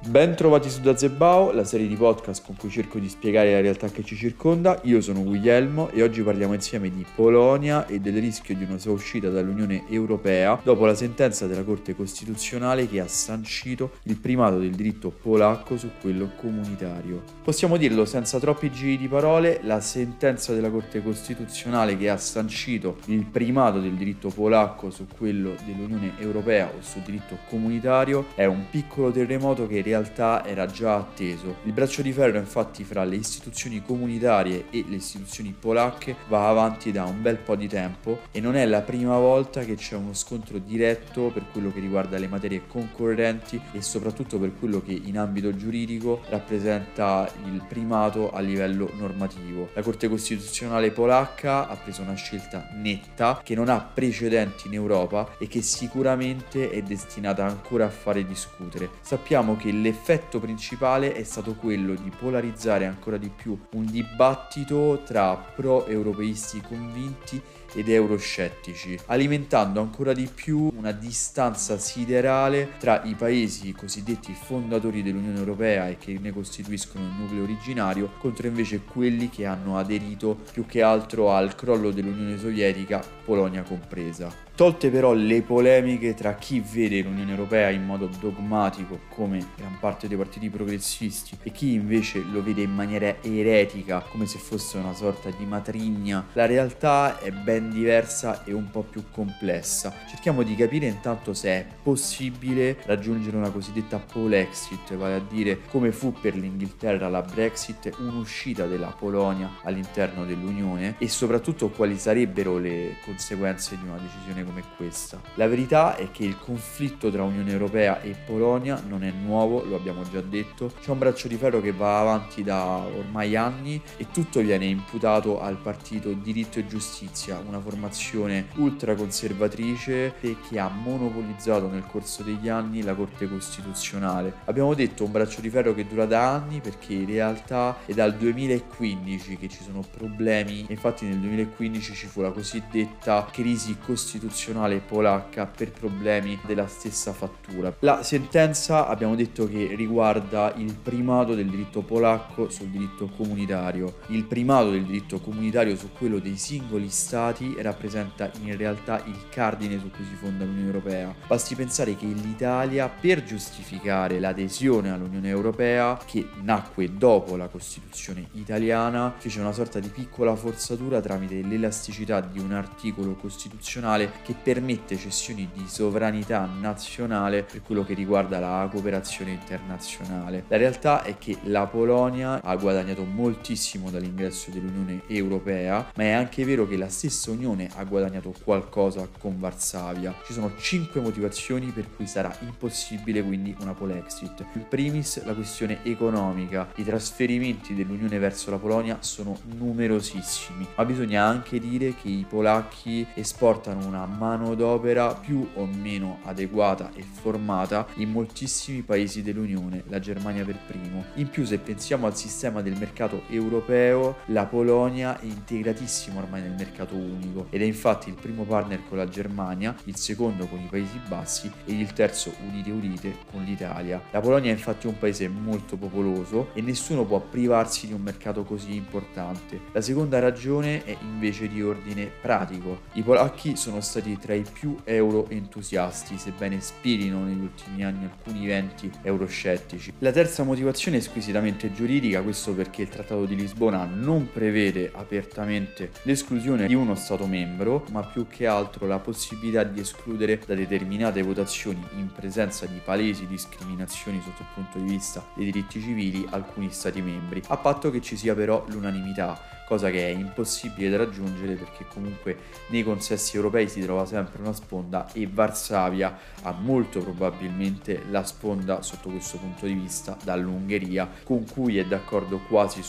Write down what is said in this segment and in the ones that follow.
Ben trovati su Dazebao, la serie di podcast con cui cerco di spiegare la realtà che ci circonda. Io sono Guglielmo e oggi parliamo insieme di Polonia e del rischio di una sua uscita dall'Unione Europea dopo la sentenza della Corte Costituzionale che ha sancito il primato del diritto polacco su quello comunitario. Possiamo dirlo senza troppi giri di parole, la sentenza della Corte Costituzionale che ha sancito il primato del diritto polacco su quello dell'Unione Europea o sul diritto comunitario è un piccolo terremoto che in realtà era già atteso. Il braccio di ferro infatti fra le istituzioni comunitarie e le istituzioni polacche va avanti da un bel po' di tempo e non è la prima volta che c'è uno scontro diretto per quello che riguarda le materie concorrenti e soprattutto per quello che in ambito giuridico rappresenta il primato a livello normativo. La Corte Costituzionale polacca ha preso una scelta netta che non ha precedenti in Europa e che sicuramente è destinata ancora a fare discutere. Sappiamo che l'effetto principale è stato quello di polarizzare ancora di più un dibattito tra pro-europeisti convinti ed euroscettici, alimentando ancora di più una distanza siderale tra i paesi cosiddetti fondatori dell'Unione Europea e che ne costituiscono il nucleo originario contro invece quelli che hanno aderito più che altro al crollo dell'Unione Sovietica, Polonia compresa. Tolte però le polemiche tra chi vede l'Unione Europea in modo dogmatico come gran parte dei partiti progressisti e chi invece lo vede in maniera eretica come se fosse una sorta di matrigna, la realtà è ben diversa e un po' più complessa. Cerchiamo di capire intanto se è possibile raggiungere una cosiddetta Polexit, vale a dire come fu per l'Inghilterra la Brexit, un'uscita della Polonia all'interno dell'Unione e soprattutto quali sarebbero le conseguenze di una decisione come questa. La verità è che il conflitto tra Unione Europea e Polonia non è nuovo, lo abbiamo già detto, c'è un braccio di ferro che va avanti da ormai anni e tutto viene imputato al partito Diritto e Giustizia, una formazione ultraconservatrice e che ha monopolizzato nel corso degli anni la Corte Costituzionale. Abbiamo detto un braccio di ferro che dura da anni perché in realtà è dal 2015 che ci sono problemi, infatti nel 2015 ci fu la cosiddetta crisi costituzionale polacca per problemi della stessa fattura. La sentenza abbiamo detto che riguarda il primato del diritto polacco sul diritto comunitario. Il primato del diritto comunitario su quello dei singoli stati rappresenta in realtà il cardine su cui si fonda l'Unione Europea. Basti pensare che l'Italia, per giustificare l'adesione all'Unione Europea, che nacque dopo la Costituzione italiana, fece una sorta di piccola forzatura tramite l'elasticità di un articolo costituzionale che permette cessioni di sovranità nazionale per quello che riguarda la cooperazione internazionale. La realtà è che la Polonia ha guadagnato moltissimo dall'ingresso dell'Unione Europea, ma è anche vero che la stessa Unione ha guadagnato qualcosa con Varsavia. Ci sono 5 motivazioni per cui sarà impossibile quindi una Polexit. In primis la questione economica. I trasferimenti dell'Unione verso la Polonia sono numerosissimi, ma bisogna anche dire che i polacchi esportano una manodopera più o meno adeguata e formata in moltissimi paesi dell'Unione, la Germania per primo. In più, se pensiamo al sistema del mercato europeo, la Polonia è integratissima ormai nel mercato unico ed è infatti il primo partner con la Germania, il secondo con i Paesi Bassi e il terzo, udite udite, con l'Italia. La Polonia è infatti un paese molto popoloso e nessuno può privarsi di un mercato così importante. La seconda ragione è invece di ordine pratico. I polacchi sono stati tra i più euro-entusiasti, sebbene spirino negli ultimi anni alcuni venti euroscettici. La terza motivazione è squisitamente giuridica, questo perché il Trattato di Lisbona non prevede apertamente l'esclusione di uno Stato membro, ma più che altro la possibilità di escludere da determinate votazioni in presenza di palesi discriminazioni sotto il punto di vista dei diritti civili alcuni Stati membri, a patto che ci sia però l'unanimità, cosa che è impossibile da raggiungere perché comunque nei consessi europei si trova sempre una sponda e Varsavia ha molto probabilmente la sponda sotto questo punto di vista dall'Ungheria, con cui è d'accordo quasi su tutto.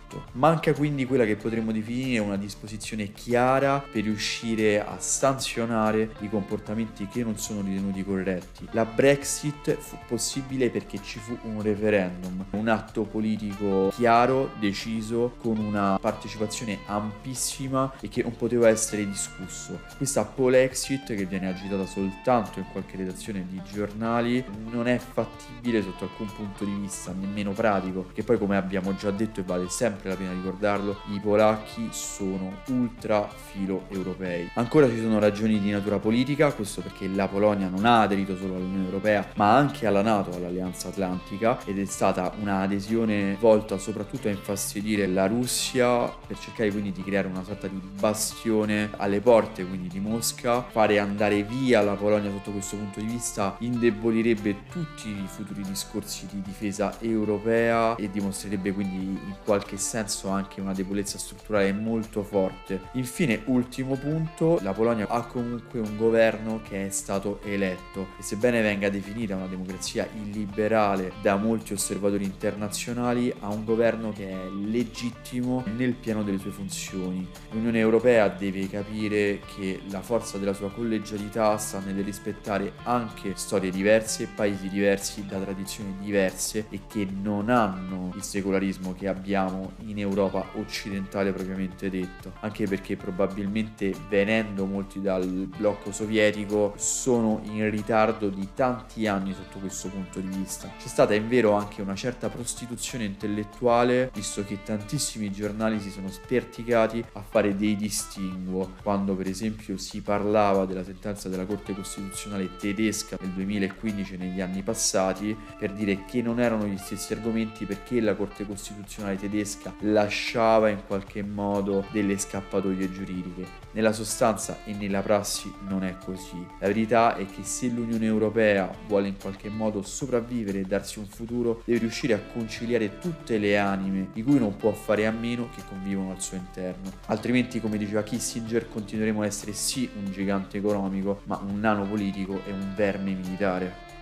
tutto. Manca quindi quella che potremmo definire una disposizione chiara per riuscire a sanzionare i comportamenti che non sono ritenuti corretti. La Brexit fu possibile perché ci fu un referendum, un atto politico chiaro, deciso, con una partecipazione ampissima e che non poteva essere discusso. Questa Polexit, che viene agitata soltanto in qualche redazione di giornali, non è fattibile sotto alcun punto di vista, nemmeno pratico, che poi, come abbiamo già detto e vale sempre la pena ricordarlo, i polacchi sono ultra filo europei. Ancora ci sono ragioni di natura politica, questo perché la Polonia non ha aderito solo all'Unione Europea ma anche alla NATO, all'Alleanza Atlantica, ed è stata una adesione volta soprattutto a infastidire la Russia per cercare quindi di creare una sorta di bastione alle porte quindi di Mosca. Fare andare via la Polonia sotto questo punto di vista indebolirebbe tutti i futuri discorsi di difesa europea e dimostrerebbe quindi in qualche senso anche una debolezza strutturale molto forte. Infine, ultimo punto, la Polonia ha comunque un governo che è stato eletto e sebbene venga definita una democrazia illiberale da molti osservatori internazionali, ha un governo che è legittimo nel pieno delle sue funzioni. L'Unione Europea deve capire che la forza della sua collegialità sta nel rispettare anche storie diverse, paesi diversi, da tradizioni diverse e che non hanno il secolarismo che abbiamo in Europa occidentale propriamente detto, anche perché probabilmente venendo molti dal blocco sovietico sono in ritardo di tanti anni sotto questo punto di vista. C'è stata in vero anche una certa prostituzione intellettuale, visto che tantissimi giornali si sono sperticati a fare dei distinguo, quando per esempio si parlava della sentenza della Corte Costituzionale tedesca nel 2015 e negli anni passati, per dire che non erano gli stessi argomenti perché la Corte Costituzionale tedesca lasciava in qualche modo delle scappatoie giuridiche. Nella sostanza e nella prassi non è così. La verità è che se l'Unione Europea vuole in qualche modo sopravvivere e darsi un futuro, deve riuscire a conciliare tutte le anime di cui non può fare a meno che convivono al suo interno. Altrimenti, come diceva Kissinger, continueremo a essere sì un gigante economico, ma un nano politico e un verme militare.